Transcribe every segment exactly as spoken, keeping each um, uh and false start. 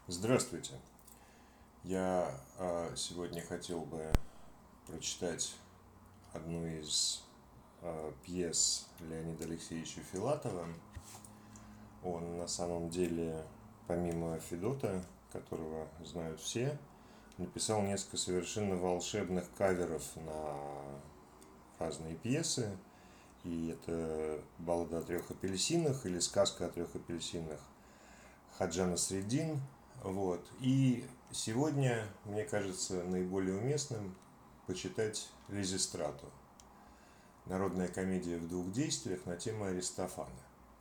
Здравствуйте. Я э, сегодня хотел бы прочитать одну из э, пьес Леонида Алексеевича Филатова. Он на самом деле, помимо Федота, которого знают все, написал несколько совершенно волшебных каверов на разные пьесы. И это «Баллада о трех апельсинах» или «Сказка о трех апельсинах» Хаджа Насреддин. Вот. И сегодня, мне кажется, наиболее уместным почитать Лизистрату. Народная комедия в двух действиях на тему Аристофана.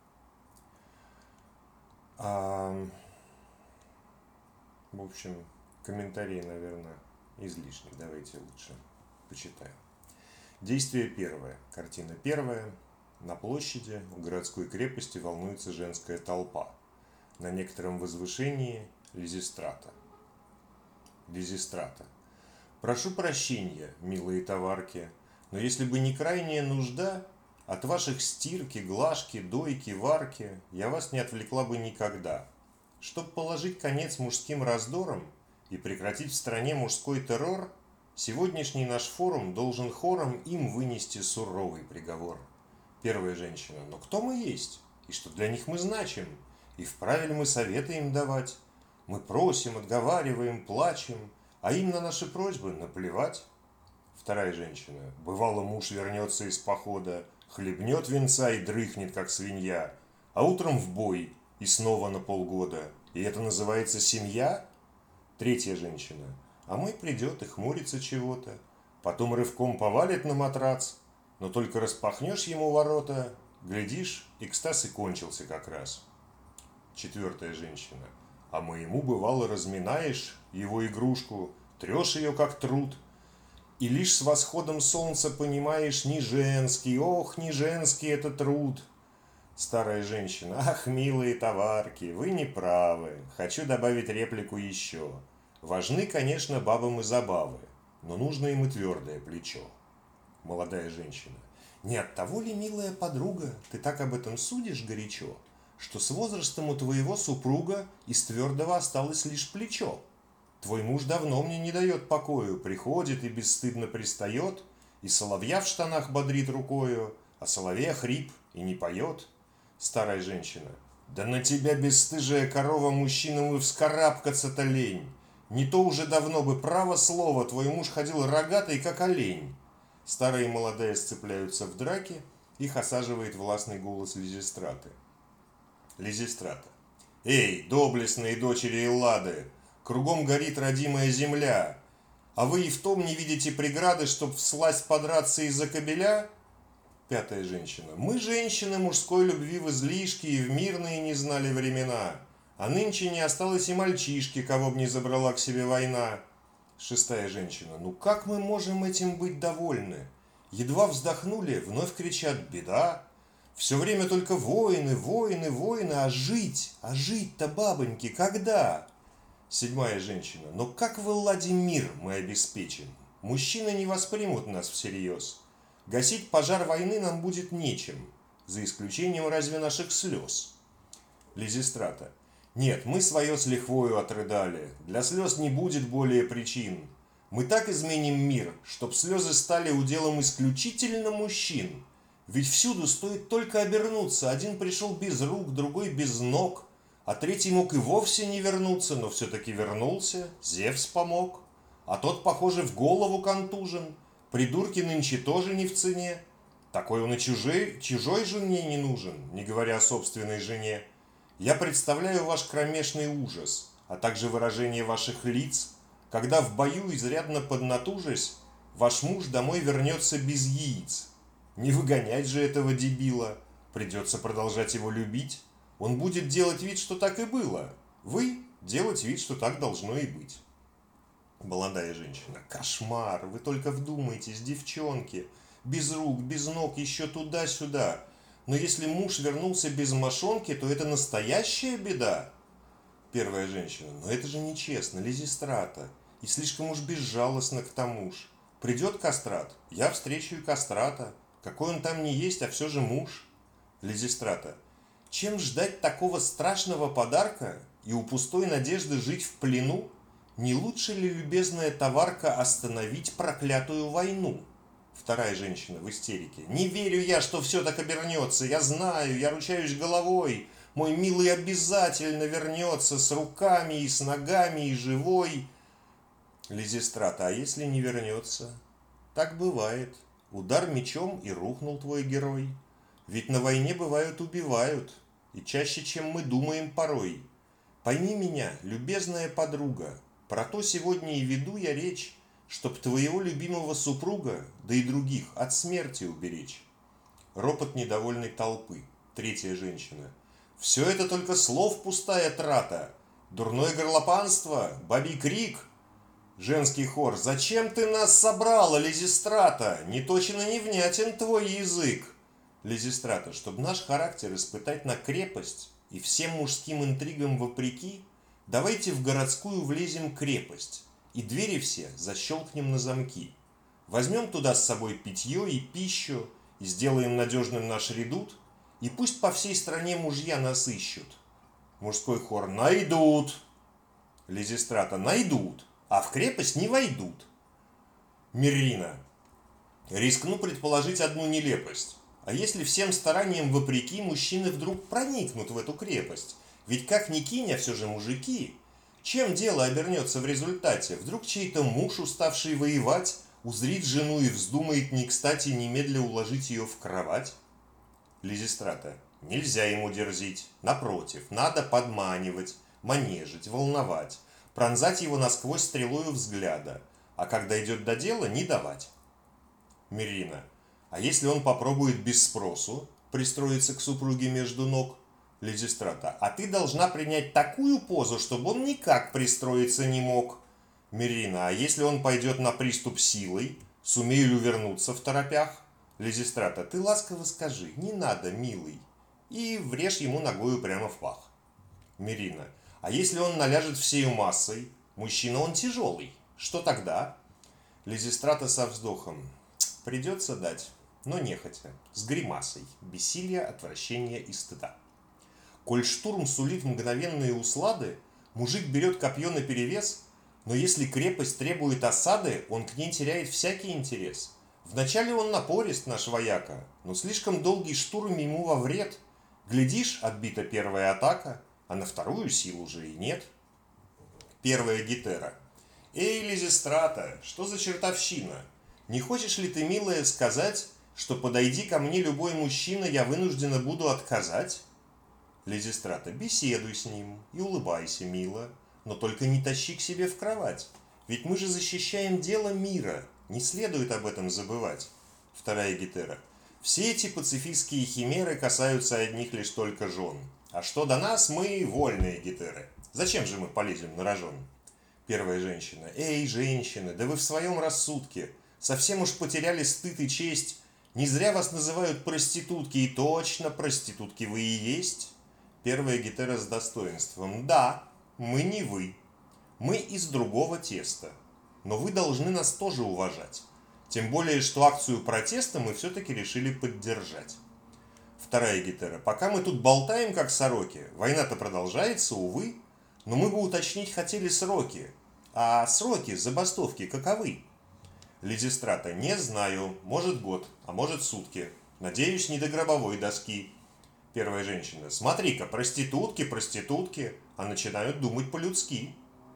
А, в общем, комментарии, наверное, излишни. Давайте лучше почитаем. Действие первое. Картина первая. На площади у городской крепости волнуется женская толпа. На некотором возвышении Лизистрата. Лизистрата. Прошу прощения, милые товарки, но если бы не крайняя нужда, от ваших стирки, глажки, дойки, варки я вас не отвлекла бы никогда. Чтоб положить конец мужским раздорам и прекратить в стране мужской террор, сегодняшний наш форум должен хором им вынести суровый приговор. Первая женщина. Но кто мы есть? И что для них мы значим? И вправе ли мы советы им давать? Мы просим, отговариваем, плачем, а им на наши просьбы наплевать. Вторая женщина. Бывало, муж вернется из похода, хлебнет винца и дрыхнет, как свинья, а утром в бой и снова на полгода. И это называется семья? Третья женщина. А мой придет и хмурится чего-то, потом рывком повалит на матрац, но только распахнешь ему ворота, глядишь, экстаз и кончился как раз. Четвертая женщина. А моему бывало разминаешь его игрушку, трешь ее как труд, и лишь с восходом солнца понимаешь, не женский, ох, не женский это труд. Старая женщина. Ах, милые товарки, вы не правы, хочу добавить реплику еще. Важны, конечно, бабам и забавы, но нужно им и твердое плечо. Молодая женщина. Не от того ли, милая подруга, ты так об этом судишь горячо, что с возрастом у твоего супруга из твердого осталось лишь плечо? Твой муж давно мне не дает покою, приходит и бесстыдно пристает, и соловья в штанах бодрит рукою, а соловей хрип и не поет. Старая женщина. Да на тебя, бесстыжая корова, мужчинам и вскарабкаться-то лень. Не то уже давно бы, право слово, твой муж ходил рогатый, как олень. Старая и молодая сцепляются в драке, их осаживает властный голос Лизистраты. Лизистрата. Эй, доблестные дочери Эллады, кругом горит родимая земля, а вы и в том не видите преграды, чтоб всласть подраться из-за кобеля? Пятая женщина. Мы, женщины, мужской любви в излишке и в мирные не знали времена, а нынче не осталось и мальчишки, кого б не забрала к себе война. Шестая женщина. Ну как мы можем этим быть довольны? Едва вздохнули, вновь кричат «беда». Все время только воины, воины, воины, а жить, а жить-то, бабоньки, когда? Седьмая женщина. Но как в Элладе мир мы обеспечим? Мужчины не воспримут нас всерьез. Гасить пожар войны нам будет нечем, за исключением разве наших слез. Лизистрата. Нет, мы свое с лихвою отрыдали, для слез не будет более причин. Мы так изменим мир, чтоб слезы стали уделом исключительно мужчин. Ведь всюду стоит только обернуться, один пришел без рук, другой без ног, а третий мог и вовсе не вернуться, но все-таки вернулся, Зевс помог. А тот, похоже, в голову контужен, придурки нынче тоже не в цене. Такой он и чужой, чужой жене не нужен, не говоря о собственной жене. Я представляю ваш кромешный ужас, а также выражение ваших лиц, когда в бою, изрядно поднатужась, ваш муж домой вернется без яиц. Не выгонять же этого дебила, придется продолжать его любить. Он будет делать вид, что так и было. Вы делать вид, что так должно и быть. Молодая женщина. Кошмар, вы только вдумайтесь, девчонки. Без рук, без ног, еще туда-сюда. Но если муж вернулся без мошонки, то это настоящая беда. Первая женщина. Но это же нечестно, Лизистрата. И слишком уж безжалостно к тому ж. Придет кастрат, я встречу и кастрата. Какой он там не есть, а все же муж. Лизистрата. Чем ждать такого страшного подарка, и у пустой надежды жить в плену? Не лучше ли, любезная товарка, остановить проклятую войну? Вторая женщина в истерике. Не верю я, что все так обернется. Я знаю, я ручаюсь головой. Мой милый обязательно вернется с руками и с ногами и живой. Лизистрата. А если не вернется? Так бывает. Удар мечом и рухнул твой герой. Ведь на войне бывают убивают. И чаще, чем мы думаем порой. Пойми меня, любезная подруга. Про то сегодня и веду я речь, чтоб твоего любимого супруга, да и других, от смерти уберечь. Ропот недовольной толпы. Третья женщина. Все это только слов пустая трата. Дурное горлопанство, бабий крик. Женский хор. Зачем ты нас собрала, Лизистрата? Не точен и не внятен твой язык. Лизистрата. Чтоб наш характер испытать на крепость и всем мужским интригам вопреки, давайте в городскую влезем крепость, и двери все защелкнем на замки. Возьмем туда с собой питье и пищу, и сделаем надежным наш редут, и пусть по всей стране мужья нас ищут. Мужской хор. Найдут. Лизистрата. Найдут, а в крепость не войдут. Миррина. Рискну предположить одну нелепость. А если всем стараниям вопреки мужчины вдруг проникнут в эту крепость? Ведь как ни кинь, а все же мужики. Чем дело обернется в результате? Вдруг чей-то муж, уставший воевать, узрит жену и вздумает не кстати немедля уложить ее в кровать? Лизистрата. Нельзя ему дерзить. Напротив, надо подманивать, манежить, волновать, пронзать его насквозь стрелою взгляда, а когда идет до дела, не давать. Миррина. А если он попробует без спросу пристроиться к супруге между ног? Лизистрата. А ты должна принять такую позу, чтобы он никак пристроиться не мог. Миррина. А если он пойдет на приступ силой, сумею ли увернуться в торопях? Лизистрата. Ты ласково скажи, не надо, милый, и врежь ему ногою прямо в пах. Миррина. А если он наляжет всею массой? Мужчина он тяжелый. Что тогда? Лизистрата со вздохом. Придется дать, но нехотя, с гримасой, бессилия, отвращения и стыда. Коль штурм сулит мгновенные услады, мужик берет копье наперевес, но если крепость требует осады, он к ней теряет всякий интерес. Вначале он напорист, наш вояка, но слишком долгий штурм ему во вред. Глядишь, отбита первая атака, а на вторую сил уже и нет. Первая гетера. Эй, Лизистрата, что за чертовщина? Не хочешь ли ты, милая, сказать, что подойди ко мне любой мужчина, я вынуждена буду отказать? Лизистрата. Беседуй с ним и улыбайся, мило, но только не тащи к себе в кровать, ведь мы же защищаем дело мира, не следует об этом забывать. Вторая гетера. Все эти пацифистские химеры касаются одних лишь только жен. А что до нас, мы вольные гетеры. Зачем же мы полезем на рожон? Первая женщина. Эй, женщины, да вы в своем рассудке. Совсем уж потеряли стыд и честь. Не зря вас называют проститутки, и точно проститутки вы и есть. Первая гетера с достоинством. Да, мы не вы. Мы из другого теста. Но вы должны нас тоже уважать. Тем более, что акцию протеста мы все-таки решили поддержать. Вторая гетера. Пока мы тут болтаем, как сороки, война-то продолжается, увы, но мы бы уточнить хотели сроки. А сроки забастовки каковы? Лизистрата. Не знаю. Может год, а может сутки. Надеюсь, не до гробовой доски. Первая женщина. Смотри-ка, проститутки, проститутки, а начинают думать по-людски.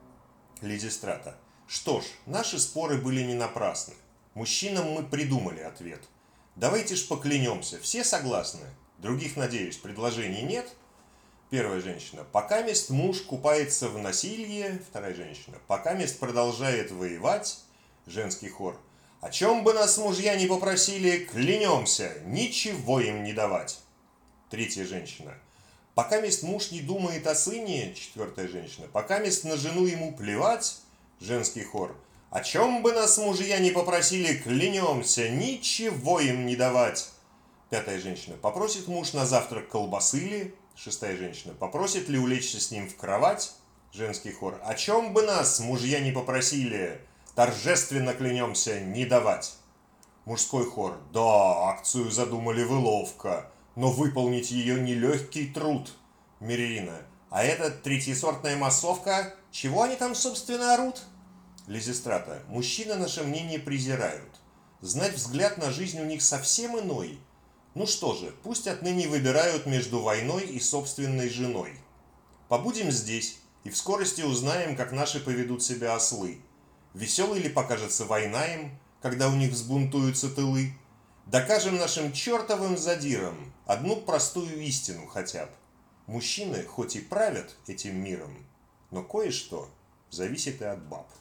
Лизистрата. Что ж, наши споры были не напрасны. Мужчинам мы придумали ответ. Давайте ж поклянемся, все согласны? Других, надеюсь, предложений нет? Первая женщина. Пока мест муж купается в насилии. Вторая женщина. Пока мест продолжает воевать. Женский хор. О чем бы нас мужья не попросили, клянемся, ничего им не давать. Третья женщина. Пока мест муж не думает о сыне. Четвертая женщина. Пока мест на жену ему плевать. Женский хор. О чем бы нас мужья не попросили, клянемся, ничего им не давать. Пятая женщина. Попросит муж на завтрак колбасы ли? Шестая женщина. Попросит ли улечься с ним в кровать? Женский хор. О чем бы нас мужья не попросили, торжественно клянемся не давать. Мужской хор. Да, акцию задумали вы ловко, но выполнить ее нелегкий труд. Миррина. А эта третьесортная массовка, чего они там, собственно, орут? Лизистрата. Мужчины наше мнение презирают. Знать взгляд на жизнь у них совсем иной. Ну что же, пусть отныне выбирают между войной и собственной женой. Побудем здесь, и в скорости узнаем, как наши поведут себя ослы. Веселой ли покажется война им, когда у них взбунтуются тылы? Докажем нашим чертовым задирам одну простую истину хотя бы. Мужчины хоть и правят этим миром, но кое-что зависит и от баб.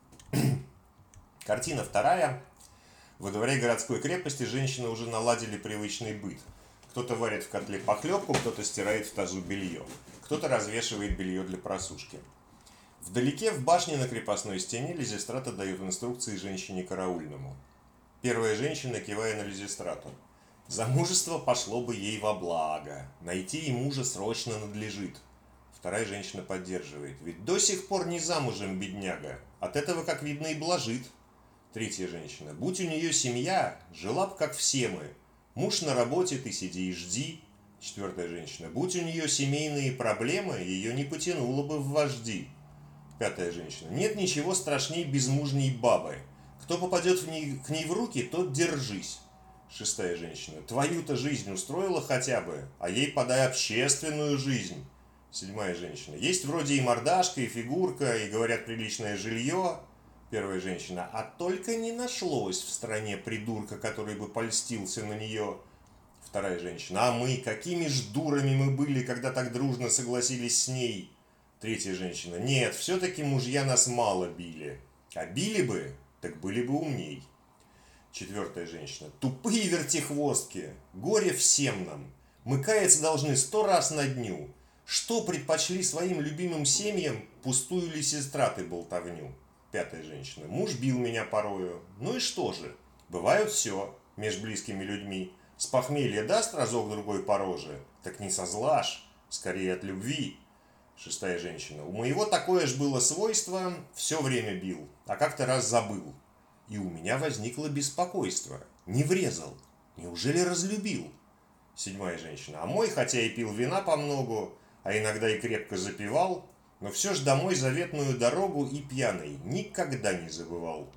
Картина вторая. Во дворе городской крепости женщины уже наладили привычный быт. Кто-то варит в котле похлебку, кто-то стирает в тазу белье, кто-то развешивает белье для просушки. Вдалеке в башне на крепостной стене Лизистрата дает инструкции женщине караульному. Первая женщина, кивая на Лизистрату. Замужество пошло бы ей во благо. Найти ей мужа срочно надлежит. Вторая женщина поддерживает. Ведь до сих пор не замужем, бедняга. От этого, как видно, и блажит. Третья женщина. Будь у нее семья, жила б, как все мы. Муж на работе, ты сиди и жди. Четвертая женщина. Будь у нее семейные проблемы, ее не потянуло бы в вожди. Пятая женщина. Нет ничего страшней безмужней бабы. Кто попадет в ней, к ней в руки, тот держись. Шестая женщина. Твою-то жизнь устроила хотя бы, а ей подай общественную жизнь. Седьмая женщина. Есть вроде и мордашка, и фигурка, и, говорят, приличное жилье. Первая женщина. А только не нашлось в стране придурка, который бы польстился на нее. Вторая женщина. А мы, какими ж дурами мы были, когда так дружно согласились с ней. Третья женщина. Нет, все-таки мужья нас мало били. А били бы, так были бы умней. Четвертая женщина. Тупые вертихвостки. Горе всем нам. Мы каяться должны сто раз на дню. Что предпочли своим любимым семьям пустую Лизистраты болтовню? Пятая женщина. Муж бил меня порою. Ну и что же? Бывают все меж близкими людьми. С похмелья даст разок-другой по роже. Так не со зла ж, скорее от любви. Шестая женщина. У моего такое ж было свойство, все время бил, а как-то раз забыл. И у меня возникло беспокойство. Не врезал. Неужели разлюбил? Седьмая женщина. А мой, хотя и пил вина помногу, а иногда и крепко запивал, но все ж домой заветную дорогу и пьяный никогда не забывал.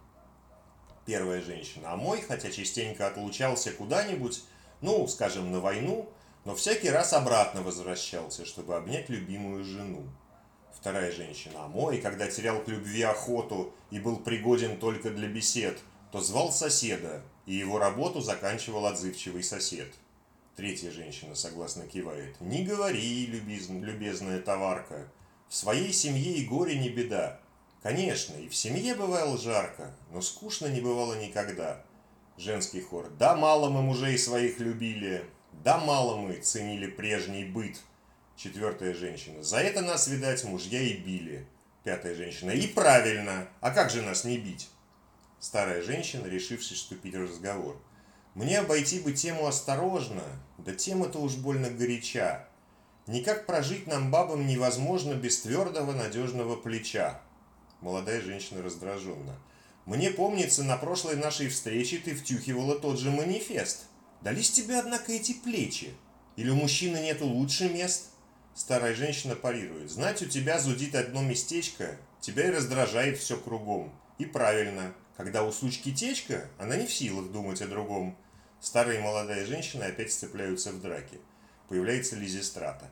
Первая женщина. А мой, хотя частенько отлучался куда-нибудь, ну, скажем, на войну, но всякий раз обратно возвращался, чтобы обнять любимую жену. Вторая женщина. А мой, когда терял к любви охоту и был пригоден только для бесед, то звал соседа, и его работу заканчивал отзывчивый сосед. Третья женщина согласно кивает. Не говори, любезная товарка, в своей семье и горе не беда. Конечно, и в семье бывало жарко, но скучно не бывало никогда. Женский хор. Да мало мы мужей своих любили, да мало мы ценили прежний быт. Четвертая женщина. За это нас, видать, мужья и били. Пятая женщина. И правильно. А как же нас не бить? Старая женщина, решившись вступить в разговор. Мне обойти бы тему осторожно, да тема-то уж больно горяча. Никак прожить нам, бабам, невозможно без твердого надежного плеча. Молодая женщина раздраженно. Мне помнится, на прошлой нашей встрече ты втюхивала тот же манифест. Дались тебе, однако, эти плечи? Или у мужчины нету лучше мест? Старая женщина парирует. Знать, у тебя зудит одно местечко, тебя и раздражает все кругом. И правильно, когда у сучки течка, она не в силах думать о другом. Старая и молодая женщина опять сцепляются в драке. Появляется Лизистрата.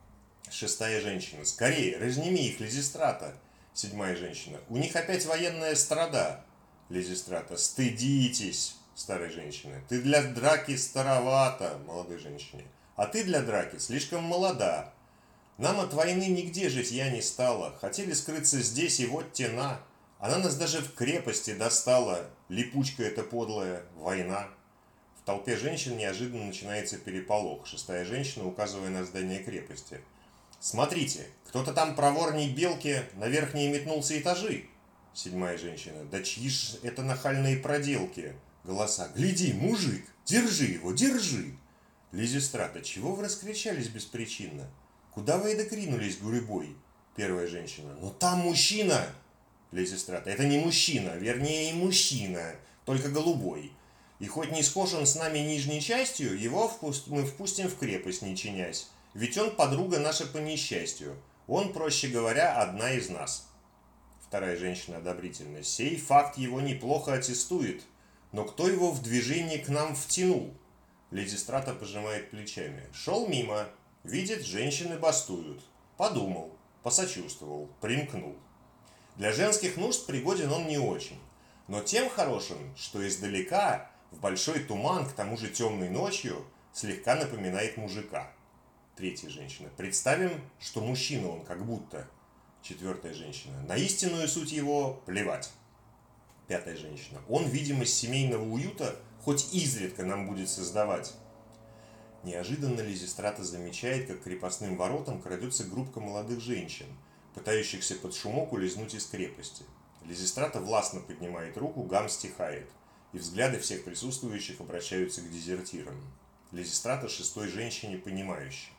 Шестая женщина. Скорее, разними их, Лизистрата. Седьмая женщина. У них опять военная страда. Лизистрата. Стыдитесь. Старая женщина. Ты для драки старовата, молодой женщине. А ты для драки слишком молода. Нам от войны нигде житья не стало. Хотели скрыться здесь, и вот тена. Она нас даже в крепости достала. Липучка эта подлая. Война. В толпе женщин неожиданно начинается переполох. Шестая женщина, указывая на здание крепости. Смотрите, кто-то там проворней белки на верхние метнулся этажи. Седьмая женщина. Да чьи ж это нахальные проделки? Голоса. Гляди, мужик, держи его, держи. Лизистрата. Чего вы раскричались беспричинно? Куда вы и докринулись гурьбой? Первая женщина. Ну там мужчина. Лизистрата. Это не мужчина, вернее и мужчина, только голубой. И хоть не схож он с нами нижней частью, его впуст... мы впустим в крепость, не чинясь. Ведь он подруга наша по несчастью. Он, проще говоря, одна из нас. Вторая женщина одобрительно. Сей факт его неплохо аттестует. Но кто его в движение к нам втянул? Леди Страта пожимает плечами. Шел мимо. Видит, женщины бастуют. Подумал, посочувствовал, примкнул. Для женских нужд пригоден он не очень. Но тем хорошим, что издалека, в большой туман, к тому же темной ночью, слегка напоминает мужика. Третья женщина. Представим, что мужчина он как будто. Четвертая женщина. На истинную суть его плевать. Пятая женщина. Он видимость семейного уюта хоть изредка нам будет создавать. Неожиданно Лизистрата замечает, как к крепостным воротам крадется группка молодых женщин, пытающихся под шумок улизнуть из крепости. Лизистрата властно поднимает руку, гам стихает, и взгляды всех присутствующих обращаются к дезертирам. Лизистрата шестой женщине понимающей.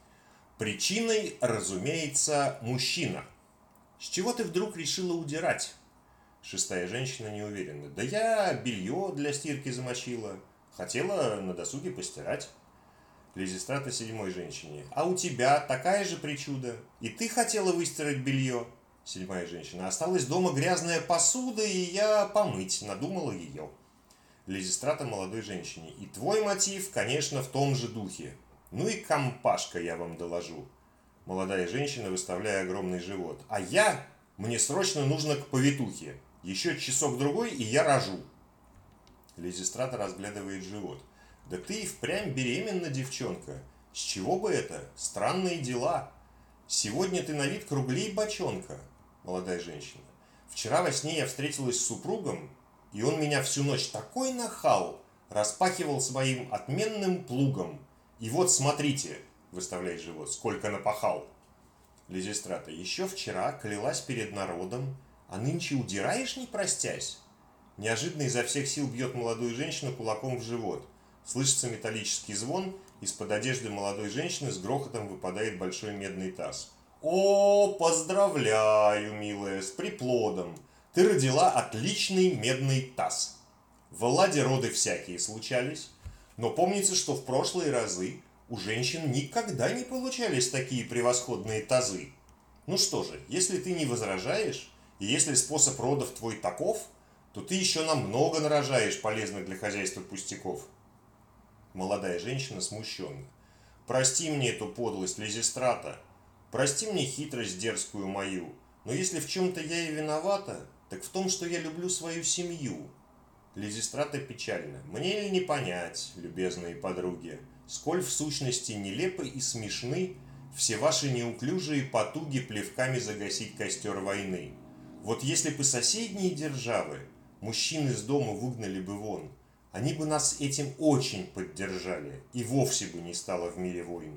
Причиной, разумеется, мужчина. С чего ты вдруг решила удирать? Шестая женщина неуверенно. Да я белье для стирки замочила. Хотела на досуге постирать. Лизистрата седьмой женщине. А у тебя такая же причуда. И ты хотела выстирать белье? Седьмая женщина. Осталась дома грязная посуда, и я помыть надумала ее. Лизистрата молодой женщине. И твой мотив, конечно, в том же духе. Ну и компашка, я вам доложу. Молодая женщина, выставляя огромный живот. А я, мне срочно нужно к повитухе. Еще часок-другой, и я рожу. Лизистрата разглядывает живот. Да ты и впрямь беременна, девчонка. С чего бы это? Странные дела. Сегодня ты на вид круглей бочонка. Молодая женщина. Вчера во сне я встретилась с супругом, и он меня всю ночь такой нахал, распахивал своим отменным плугом. И вот смотрите, выставляет живот, сколько напахал. Лизистрата. Еще вчера клялась перед народом, а нынче удираешь, не простясь? Неожиданно изо всех сил бьет молодую женщину кулаком в живот. Слышится металлический звон, из-под одежды молодой женщины с грохотом выпадает большой медный таз. О, поздравляю, милая, с приплодом. Ты родила отличный медный таз. В Элладе роды всякие случались, но помнится, что в прошлые разы у женщин никогда не получались такие превосходные тазы. Ну что же, если ты не возражаешь, и если способ родов твой таков, то ты еще намного нарожаешь полезных для хозяйства пустяков. Молодая женщина смущенно. Прости мне эту подлость, Лизистрата, прости мне хитрость дерзкую мою, но если в чем-то я и виновата, так в том, что я люблю свою семью. Лизистрата печально. Мне ли не понять, любезные подруги, сколь в сущности нелепы и смешны все ваши неуклюжие потуги плевками загасить костер войны. Вот если бы соседние державы мужчин из дома выгнали бы вон, они бы нас этим очень поддержали, и вовсе бы не стало в мире войн.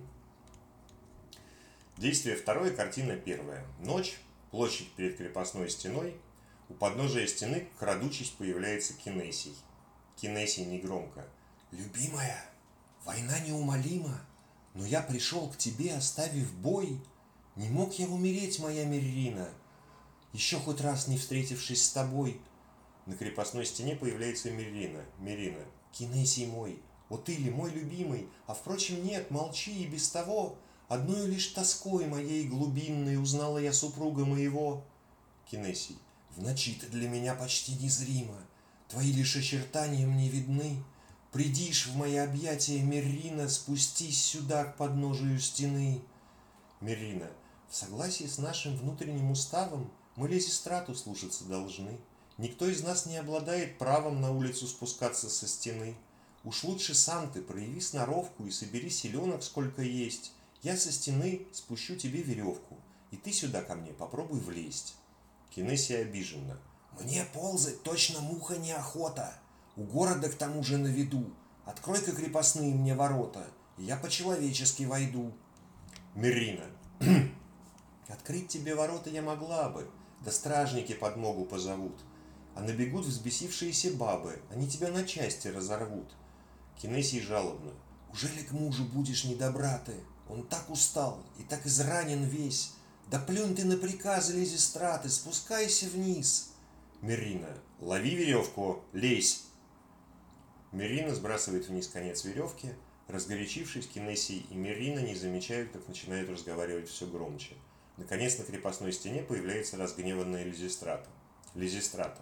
Действие второе, картина первая. Ночь, площадь перед крепостной стеной. У подножия стены, крадучись, появляется Кинесий. Кинесий негромко. «Любимая, война неумолима, но я пришел к тебе, оставив бой. Не мог я умереть, моя Меррина, еще хоть раз не встретившись с тобой». На крепостной стене появляется Меррина. Меррина. «Кинесий мой, о ты ли мой любимый? А впрочем, нет, молчи, и без того. Одной лишь тоской моей глубинной узнала я супруга моего». Кинесий. «В ночи ты для меня почти незрима, твои лишь очертания мне видны. Придишь в мои объятия, Меррина, спустись сюда к подножию стены». Меррина. «В согласии с нашим внутренним уставом мы Лизистрату слушаться должны. Никто из нас не обладает правом на улицу спускаться со стены. Уж лучше сам ты прояви сноровку и собери селенок сколько есть. Я со стены спущу тебе веревку, и ты сюда ко мне попробуй влезть». Кинесий обиженно. «Мне ползать точно муха неохота. У города к тому же на виду. Открой-ка крепостные мне ворота, и я по-человечески войду». Меррина. «Открыть тебе ворота я могла бы, да стражники подмогу позовут. А набегут взбесившиеся бабы, они тебя на части разорвут». Кинесий жалобно. «Ужели к мужу будешь недобра ты? Он так устал и так изранен весь. Да плюнь ты на приказы Лизистраты, спускайся вниз». Меррина. «Лови веревку, лезь». Меррина сбрасывает вниз конец веревки, Разгорячившись, Кинесий и Мирина не замечают, как начинают разговаривать все громче. Наконец на крепостной стене появляется разгневанная Лизистрата. Лизистрата.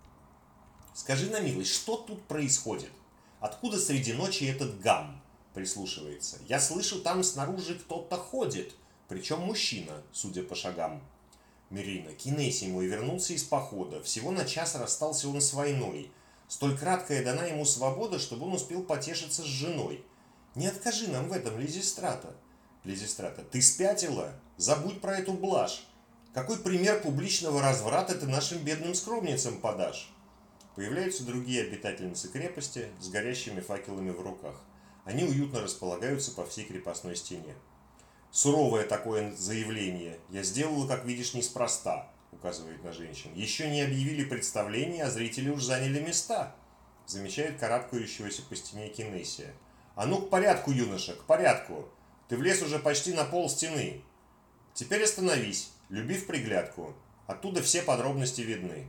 «Скажи на милость, что тут происходит? Откуда среди ночи этот гам?» Прислушивается. «Я слышу, там снаружи кто-то ходит, причем мужчина, судя по шагам». Мирина. «Кинесий мой вернулся из похода. Всего на час расстался он с войной. Столь краткая дана ему свобода, чтобы он успел потешиться с женой. Не откажи нам в этом, Лизистрата». Лизистрата. «Ты спятила? Забудь про эту блажь. Какой пример публичного разврата ты нашим бедным скромницам подашь?» Появляются другие обитательницы крепости с горящими факелами в руках. Они уютно располагаются по всей крепостной стене. «Суровое такое заявление. Я сделала, как видишь, неспроста», — указывает на женщин. «Еще не объявили представление, а зрители уж заняли места», — замечает карабкающегося по стене Кинесия. «А ну к порядку, юноша, к порядку. Ты влез уже почти на пол стены. Теперь остановись, люби в приглядку. Оттуда все подробности видны».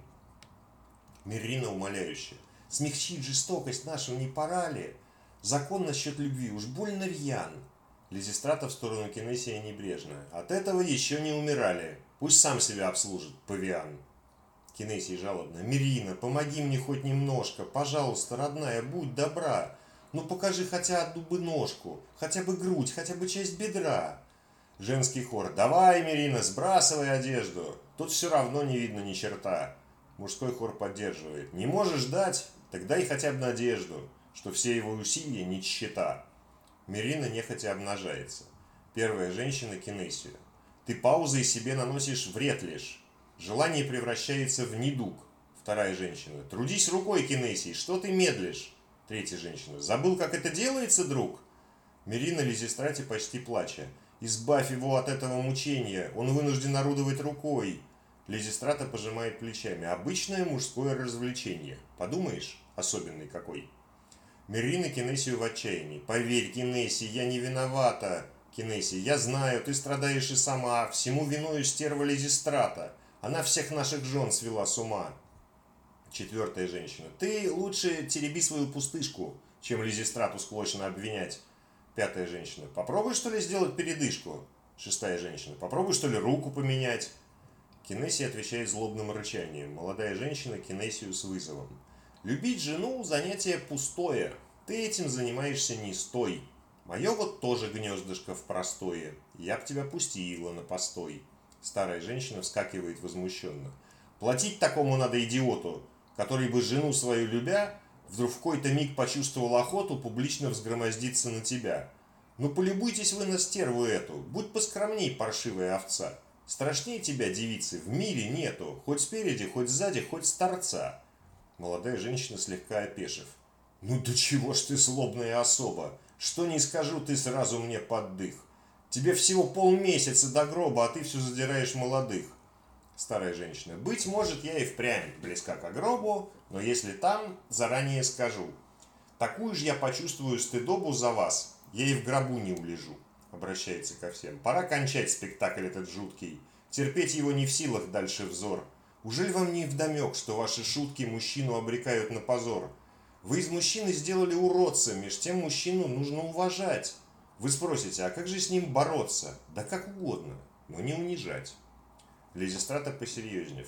Мирина умоляюще. «Смягчить жестокость нашу не пора ли? Закон насчет любви уж больно рьян». Лизистрата в сторону Кинесия небрежно. «От этого еще не умирали. Пусть сам себя обслужит, павиан». Кинесий жалобно. «Мирина, помоги мне хоть немножко. Пожалуйста, родная, будь добра. Ну покажи хотя одну бы ножку, хотя бы грудь, хотя бы часть бедра». Женский хор. «Давай, Мирина, сбрасывай одежду. Тут все равно не видно ни черта». Мужской хор поддерживает. «Не можешь дать? Тогда и хотя бы надежду, что все его усилия не тщета». Мирина нехотя обнажается. Первая женщина Кинесию. «Ты паузой себе наносишь вред лишь. Желание превращается в недуг». Вторая женщина. «Трудись рукой, Кинесий, что ты медлишь?» Третья женщина. «Забыл, как это делается, друг?» Мирина Лизистрате почти плача. «Избавь его от этого мучения, он вынужден орудовать рукой». Лизистрата пожимает плечами. «Обычное мужское развлечение. Подумаешь, особенный какой». Мирина Кинесию в отчаянии. «Поверь, Кинесий, я не виновата». Кинесий. «Я знаю, ты страдаешь и сама. Всему виною стерва Лизистрата. Она всех наших жен свела с ума». Четвертая женщина. «Ты лучше тереби свою пустышку, чем Лизистрату склочно обвинять». Пятая женщина. «Попробуй, что ли, сделать передышку». Шестая женщина. «Попробуй, что ли, руку поменять». Кинесий отвечает злобным рычанием. Молодая женщина Кинесию с вызовом. «Любить жену – занятие пустое. Ты этим занимаешься не стой. Мое вот тоже гнездышко в простое. Я б тебя пустила на постой». Старая женщина вскакивает возмущенно. «Платить такому надо идиоту, который бы жену свою любя, вдруг в какой-то миг почувствовал охоту публично взгромоздиться на тебя. Ну полюбуйтесь вы на стерву эту, будь поскромней, паршивая овца. Страшнее тебя, девицы, в мире нету, хоть спереди, хоть сзади, хоть с торца». Молодая женщина, слегка опешив. «Ну до чего ж ты злобная особа? Что не скажу, ты сразу мне под дых. Тебе всего полмесяца до гроба, а ты все задираешь молодых». Старая женщина. «Быть может, я и впрямь близка к гробу, но если там, заранее скажу. Такую же я почувствую стыдобу за вас, я и в гробу не улежу». Обращается ко всем. «Пора кончать спектакль этот жуткий. Терпеть его не в силах дальше взор. Ужель вам не вдомек, что ваши шутки мужчину обрекают на позор? Вы из мужчины сделали уродца, меж тем мужчину нужно уважать. Вы спросите, а как же с ним бороться? Да как угодно, но не унижать». Лизистрата посерьезнев.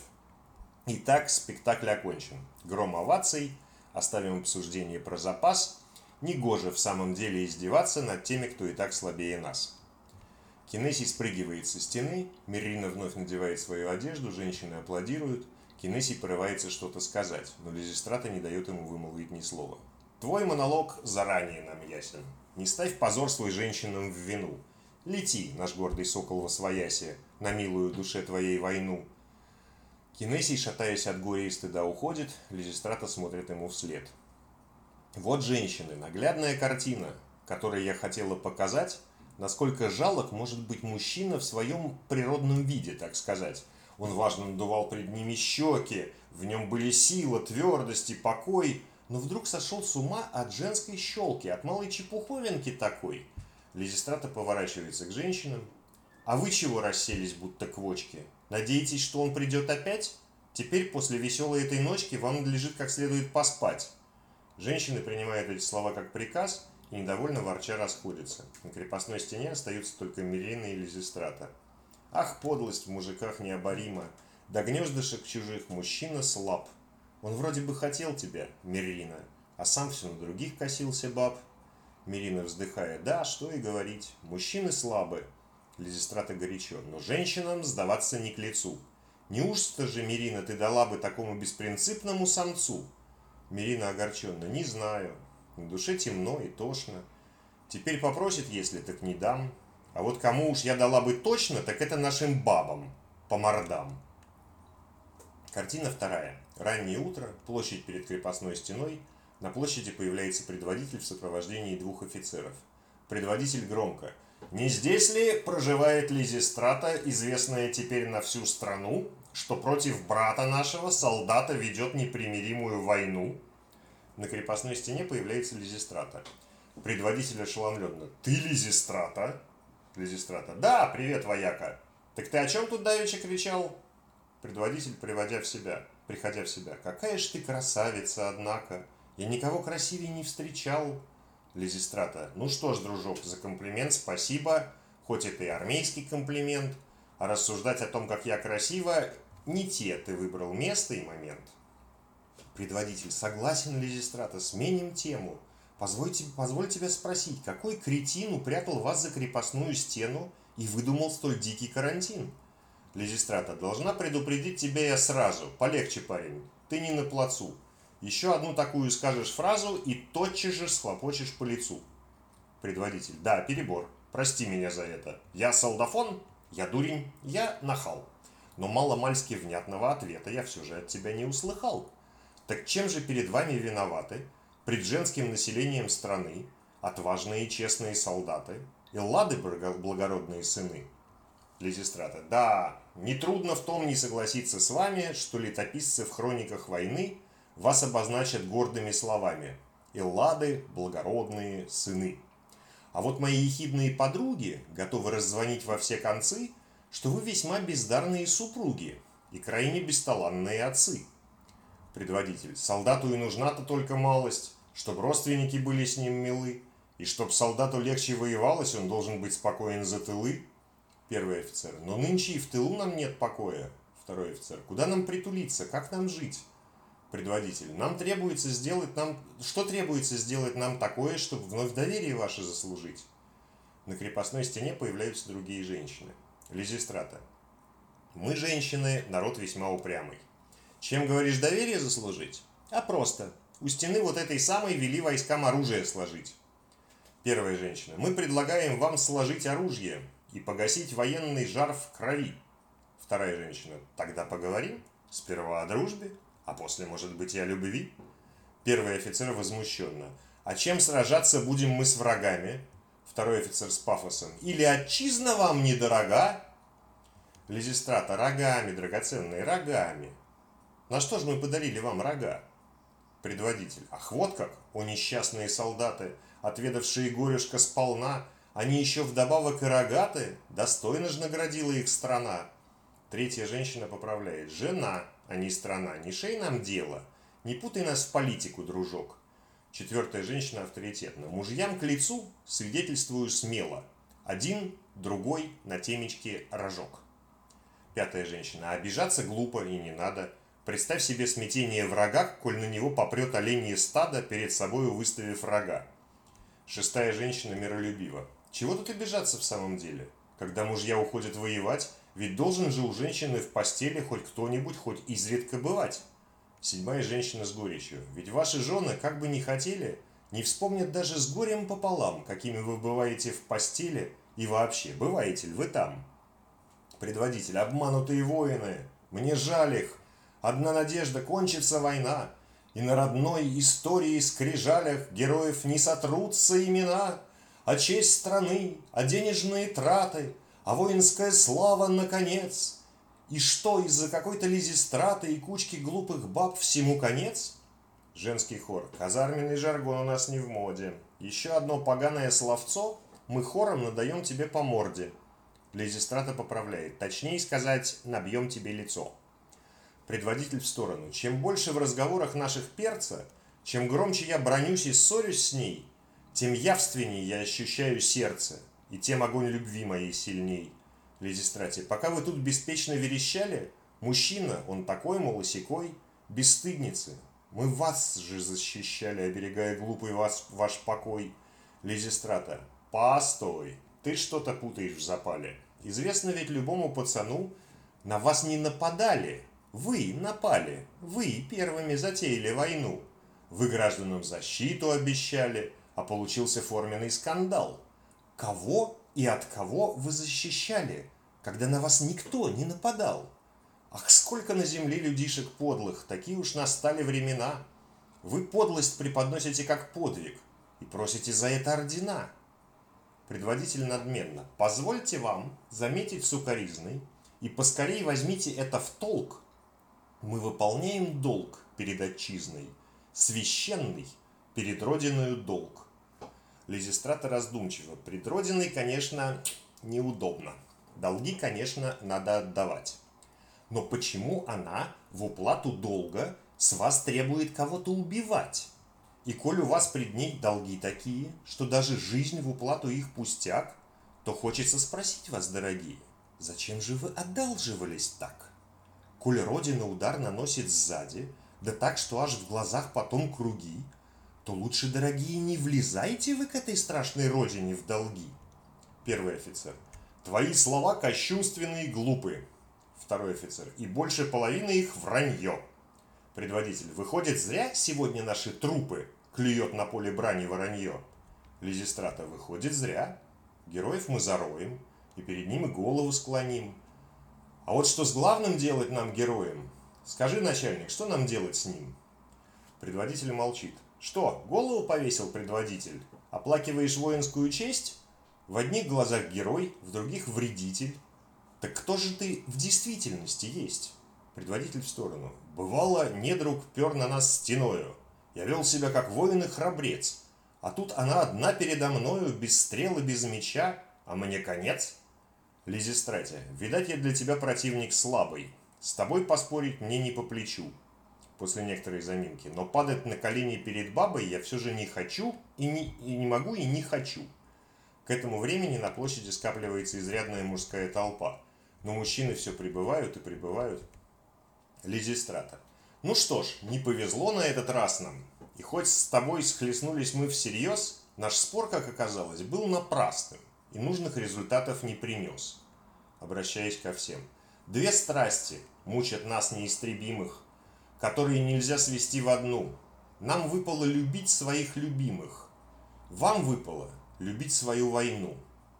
Итак, спектакль окончен. Гром оваций, оставим обсуждение про запас. Негоже в самом деле издеваться над теми, кто и так слабее нас. Кинесий спрыгивает со стены, Мирина вновь надевает свою одежду, женщины аплодируют. Кинесий порывается что-то сказать, но Лизистрата не дает ему вымолвить ни слова. «Твой монолог заранее нам ясен. Не ставь позор свой женщинам в вину. Лети, наш гордый сокол восвояси, на милую душе твоей войну». Кинесий, шатаясь от горя и стыда, уходит, Лизистрата смотрит ему вслед. Вот, женщины, наглядная картина, которой я хотела показать, насколько жалок может быть мужчина в своем природном виде, так сказать. Он важно надувал пред ними щеки, в нем были сила, твердость и покой, но вдруг сошел с ума от женской щелки, от малой чепуховинки такой. Лизистрата поворачивается к женщинам. «А вы чего расселись, будто квочки? Надеетесь, что он придет опять? Теперь, после веселой этой ночки, вам надлежит как следует поспать». Женщины принимают эти слова как приказ и недовольно ворча расходятся. На крепостной стене остаются только Мирина и Лизистрата. Ах, подлость в мужиках необорима! До гнездышек чужих мужчина слаб. Он вроде бы хотел тебя, Мирина, а сам все на других косился баб. Мирина, вздыхая: да, что и говорить, мужчины слабы. Лизистрата горячо: но женщинам сдаваться не к лицу. Неужто же, Мирина, ты дала бы такому беспринципному самцу? Мирина огорченно: не знаю, на душе темно и тошно. Теперь попросит, если, так не дам. А вот кому уж я дала бы точно, так это нашим бабам, по мордам. Картина вторая. Раннее утро, площадь перед крепостной стеной. На площади появляется предводитель в сопровождении двух офицеров. Предводитель громко: не здесь ли проживает Лизистрата, известная теперь на всю страну, что против брата нашего солдата ведет непримиримую войну? На крепостной стене появляется Лизистрата. Предводитель ошеломленно: ты Лизистрата? Лизистрата: да, привет, вояка. Так ты о чем тут давеча кричал? Предводитель, приводя в себя, приходя в себя: какая ж ты красавица, однако. Я никого красивее не встречал. Лизистрата: ну что ж, дружок, за комплимент спасибо, хоть это и армейский комплимент, а рассуждать о том, как я красива, не те ты выбрал место и момент. Предводитель: согласен, Лизистрата, сменим тему. Позвольте, позволь тебя спросить, какой кретин упрятал вас за крепостную стену и выдумал столь дикий карантин? Лизистрата: должна предупредить тебя я сразу. Полегче, парень, ты не на плацу. Еще одну такую скажешь фразу и тотчас же схлопочешь по лицу. Предводитель: да, перебор. Прости меня за это. Я солдафон, я дурень, я нахал. Но маломальски внятного ответа я все же от тебя не услыхал. Так чем же перед вами виноваты, пред женским населением страны, отважные и честные солдаты, и лады благородные сыны? Лизистрата: да, нетрудно в том не согласиться с вами, что летописцы в хрониках войны вас обозначат гордыми словами: «Эллады, благородные сыны». А вот мои ехидные подруги готовы раззвонить во все концы, что вы весьма бездарные супруги и крайне бесталанные отцы. Предводитель: солдату и нужна-то только малость, чтоб родственники были с ним милы, и чтоб солдату легче воевалось, он должен быть спокоен за тылы. Первый офицер: но нынче и в тылу нам нет покоя. Второй офицер: куда нам притулиться, как нам жить? Предводитель: нам требуется сделать нам... Что требуется сделать нам такое, чтобы вновь доверие ваше заслужить? На крепостной стене появляются другие женщины. Лизистрата: мы, женщины, народ весьма упрямый. Чем, говоришь, доверие заслужить? А просто. У стены вот этой самой вели войскам оружие сложить. Первая женщина: мы предлагаем вам сложить оружие и погасить военный жар в крови. Вторая женщина: тогда поговорим. Сперва о дружбе, а после, может быть, и о любви. Первый офицер возмущенно: а чем сражаться будем мы с врагами? Второй офицер с пафосом: или отчизна вам недорога? Лизистрата: рогами, драгоценные, рогами. На что же мы подарили вам рога? Предводитель: ах, вот как, о несчастные солдаты, отведавшие горюшка сполна, они еще вдобавок и рогаты, достойно ж наградила их страна. Третья женщина поправляет: жена, а не страна, не шей нам дело, не путай нас в политику, дружок. Четвертая женщина авторитетно: мужьям к лицу свидетельствую смело, один, другой на темечке рожок. Пятая женщина: обижаться глупо и не надо. Представь себе смятение врага, коль на него попрет оленье стадо, перед собою выставив рога. Шестая женщина миролюбива: чего тут обижаться в самом деле? Когда мужья уходят воевать, ведь должен же у женщины в постели хоть кто-нибудь, хоть изредка бывать. Седьмая женщина с горечью: ведь ваши жены, как бы ни хотели, не вспомнят даже с горем пополам, какими вы бываете в постели и вообще, бываете ли вы там. Предводитель: обманутые воины, мне жаль их. Одна надежда — кончится война, и на родной истории скрижалях героев не сотрутся имена, а честь страны, а денежные траты, а воинская слава наконец. И что, из-за какой-то Лизистраты и кучки глупых баб всему конец? Женский хор: казарменный жаргон у нас не в моде. Еще одно поганое словцо, мы хором надаем тебе по морде. Лизистрата поправляет: точнее сказать, набьем тебе лицо. Предводитель в сторону: чем больше в разговорах наших перца, чем громче я бранюсь и ссорюсь с ней, тем явственнее я ощущаю сердце, и тем огонь любви моей сильней. Лизистрате. Пока вы тут беспечно верещали, мужчина, он такой, мол, и сякой, бесстыдницы. Мы вас же защищали, оберегая глупый вас, ваш покой. Лизистрата. Постой, ты что-то путаешь в запале. Известно ведь любому пацану, на вас не нападали. Вы напали, вы первыми затеяли войну. Вы гражданам защиту обещали, а получился форменный скандал. Кого и от кого вы защищали, когда на вас никто не нападал? Ах, сколько на земле людишек подлых, такие уж настали времена. Вы подлость преподносите как подвиг и просите за это ордена. Предводитель надменно. Позвольте вам заметить сукаризный и поскорей возьмите это в толк. Мы выполняем долг перед отчизной, священный перед родиною долг. Лизистрата раздумчиво. Пред родиной, конечно, неудобно. Долги, конечно, надо отдавать. Но почему она в уплату долга с вас требует кого-то убивать? И коль у вас пред ней долги такие, что даже жизнь в уплату их пустяк, то хочется спросить вас, дорогие, зачем же вы одалживались так? Коль родина удар наносит сзади, да так, что аж в глазах потом круги, то лучше, дорогие, не влезайте вы к этой страшной родине в долги. Первый офицер. Твои слова кощунственные и глупые. Второй офицер. И больше половины их вранье. Предводитель. Выходит, зря сегодня наши трупы клюет на поле брани воронье. Лизистрата. Выходит, зря. Героев мы зароем, и перед ними голову склоним. А вот что с главным делать нам, героям? Скажи, начальник, что нам делать с ним? Предводитель молчит. Что, голову повесил предводитель? Оплакиваешь воинскую честь? В одних глазах герой, в других вредитель. Так кто же ты в действительности есть? Предводитель в сторону. Бывало, недруг пер на нас стеною. Я вел себя как воин и храбрец. А тут она одна передо мною, без стрелы, без меча, а мне конец. Лизистрате. Видать, я для тебя противник слабый. С тобой поспорить мне не по плечу. После некоторой заминки. Но падать на колени перед бабой я все же не хочу, и не, и не могу, и не хочу. К этому времени на площади скапливается изрядная мужская толпа. Но мужчины все прибывают и прибывают. Лизистрата. Ну что ж, не повезло на этот раз нам. И хоть с тобой схлестнулись мы всерьез, наш спор, как оказалось, был напрасным и нужных результатов не принес. Обращаясь ко всем. Две страсти мучат нас неистребимых, которые нельзя свести в одну. Нам выпало любить своих любимых. Вам выпало любить свою войну.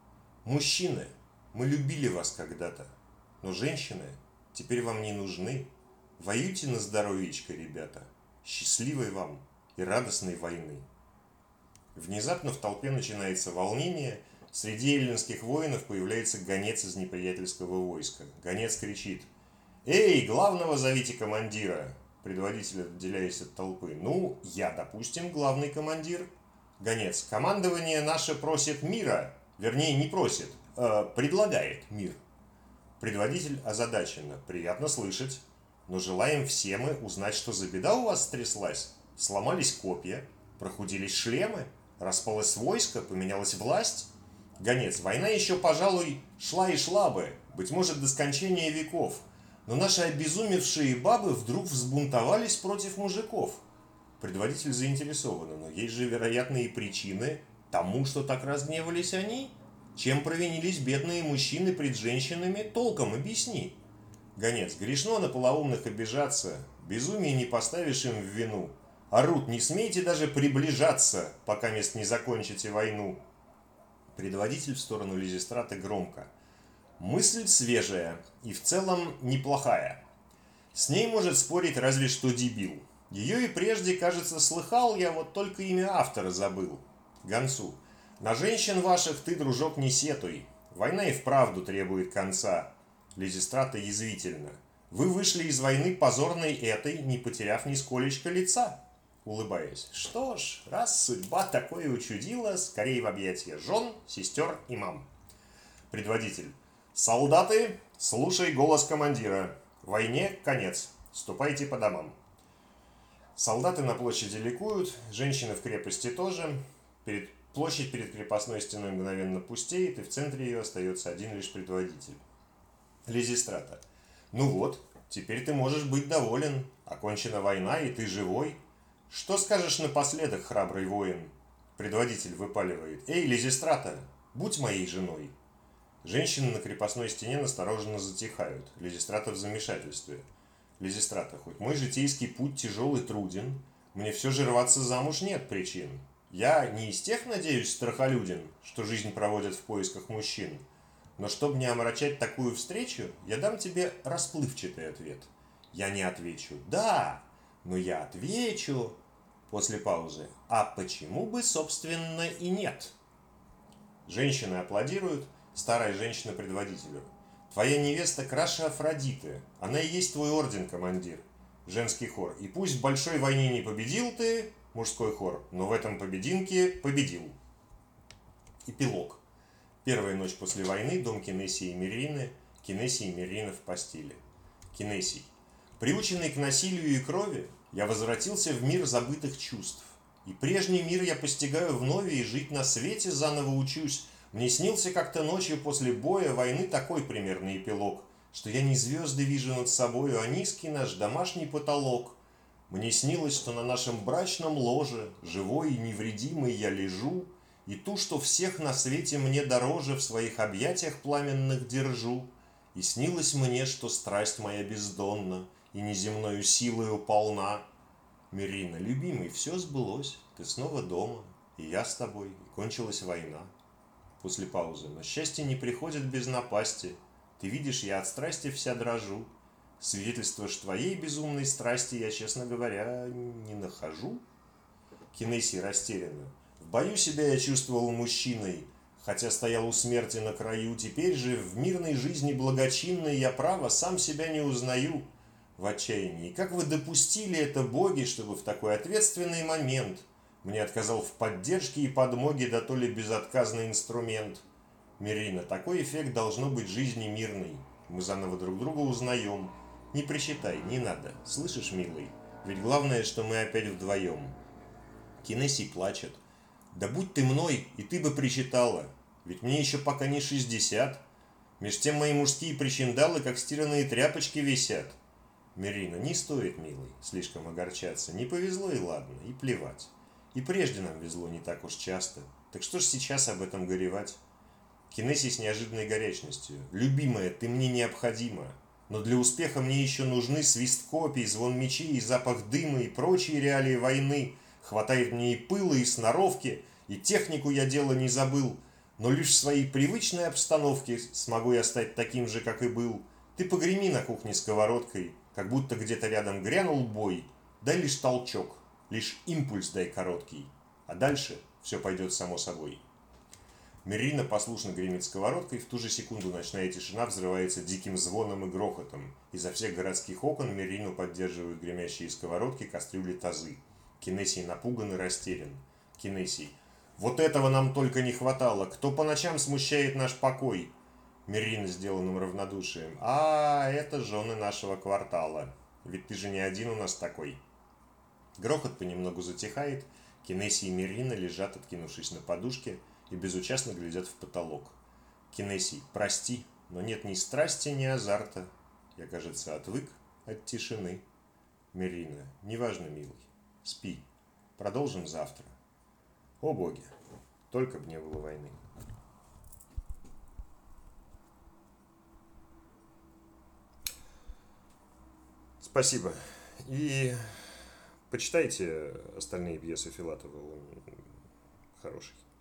Мужчины, мы любили вас когда-то, но женщины теперь вам не нужны. Воюйте на здоровьечко, ребята. Счастливой вам и радостной войны. Внезапно в толпе начинается волнение. Среди эллинских воинов появляется гонец из неприятельского войска. Гонец кричит: «Эй, главного зовите командира!» Предводитель, отделяясь от толпы. «Ну, я, допустим, главный командир». Гонец: «Командование наше просит мира». Вернее, не просит, а предлагает мир. Предводитель озадаченно. «Приятно слышать. Но желаем все мы узнать, что за беда у вас стряслась. Сломались копья, прохудились шлемы, распалось войско, поменялась власть». Гонец: «Война еще, пожалуй, шла и шла бы, быть может, до скончания веков. Но наши обезумевшие бабы вдруг взбунтовались против мужиков». Предводитель заинтересован, но есть же вероятные причины тому, что так разгневались они. Чем провинились бедные мужчины пред женщинами, толком объясни. Гонец: «Грешно на полоумных обижаться, безумие не поставишь им в вину. Орут: не смейте даже приближаться, пока мест не закончите войну». Предводитель в сторону Лизистраты громко. «Мысль свежая и в целом неплохая. С ней может спорить разве что дебил. Ее и прежде, кажется, слыхал я, вот только имя автора забыл». Гонцу: «На женщин ваших ты, дружок, не сетуй. Война и вправду требует конца». Лизистрата язвительно: «Вы вышли из войны позорной этой, не потеряв нисколечко лица». Улыбаясь: «Что ж, раз судьба такое учудила, скорее в объятия жен, сестер и мам». Предводитель: «Солдаты, слушай голос командира. Войне конец. Ступайте по домам». Солдаты на площади ликуют, женщины в крепости тоже. Перед Площадь перед крепостной стеной мгновенно пустеет, и в центре ее остается один лишь предводитель. Лизистрата. Ну вот, теперь ты можешь быть доволен. Окончена война, и ты живой. Что скажешь напоследок, храбрый воин? Предводитель выпаливает. Эй, Лизистрата, будь моей женой. Женщины на крепостной стене настороженно затихают. Лизистрата в замешательстве. Лизистрата, хоть мой житейский путь тяжел и труден, мне все же рваться замуж нет причин. Я не из тех, надеюсь, страхолюден, что жизнь проводят в поисках мужчин. Но чтобы не омрачать такую встречу, я дам тебе расплывчатый ответ. Я не отвечу «да», но я отвечу после паузы «а почему бы, собственно, и нет?» Женщины аплодируют, старая женщина предводителю. Твоя невеста краше Афродиты, она и есть твой орден, командир. Женский хор. И пусть в большой войне не победил ты, мужской хор, но в этом побединке победил. Эпилог. Первая ночь после войны, дом Кинесии и Мирины, Кинесии и Мирина в постели. Кинесий. Приученный к насилию и крови, я возвратился в мир забытых чувств. И прежний мир я постигаю вновь, и жить на свете заново учусь. Мне снился как-то ночью после боя войны такой примерный эпилог, что я не звезды вижу над собою, а низкий наш домашний потолок. Мне снилось, что на нашем брачном ложе, живой и невредимый, я лежу, и ту, что всех на свете мне дороже, в своих объятиях пламенных держу. И снилось мне, что страсть моя бездонна, и неземною силою полна. Мирина, любимый, все сбылось, ты снова дома, и я с тобой, и кончилась война. После паузы. Но счастье не приходит без напасти. Ты видишь, я от страсти вся дрожу. Свидетельство ж твоей безумной страсти я, честно говоря, не нахожу. Кинесий растерянно. В бою себя я чувствовал мужчиной, хотя стоял у смерти на краю. Теперь же в мирной жизни благочинной я, право, сам себя не узнаю. В отчаянии. Как вы допустили это, боги, чтобы в такой ответственный момент мне отказал в поддержке и подмоге, да то ли безотказный инструмент? Мирина, такой эффект должно быть жизни мирной. Мы заново друг друга узнаем. Не причитай, не надо. Слышишь, милый? Ведь главное, что мы опять вдвоем. Кинесий плачет. Да будь ты мной, и ты бы причитала. Ведь мне еще пока не шестьдесят. Меж тем мои мужские причиндалы, как стиранные тряпочки, висят. Мирина, не стоит, милый, слишком огорчаться. Не повезло и ладно, и плевать. И прежде нам везло не так уж часто. Так что ж сейчас об этом горевать? Кинесий с неожиданной горячностью. Любимая, ты мне необходима. Но для успеха мне еще нужны свист копий, звон мечей, запах дыма и прочие реалии войны. Хватает мне и пыла, и сноровки, и технику я дело не забыл. Но лишь в своей привычной обстановке смогу я стать таким же, как и был. Ты погреми на кухне сковородкой, как будто где-то рядом грянул бой. Дай лишь толчок, лишь импульс дай короткий, а дальше все пойдет само собой. Мирина послушно гремит сковородкой, в ту же секунду ночная тишина взрывается диким звоном и грохотом. Изо всех городских окон Мирину поддерживают гремящие сковородки, кастрюли, тазы. Кинесий напуган и растерян. Кинесий. Вот этого нам только не хватало. Кто по ночам смущает наш покой? Мирина сделанным равнодушием. А, это жены нашего квартала. Ведь ты же не один у нас такой. Грохот понемногу затихает. Кинесий и Мирина лежат, откинувшись на подушке, и безучастно глядят в потолок. Кинесий, прости, но нет ни страсти, ни азарта. Я, кажется, отвык от тишины. Мирина, неважно, милый. Спи. Продолжим завтра. О боги, только б не было войны. Спасибо. И почитайте остальные пьесы Филатова, он хороший.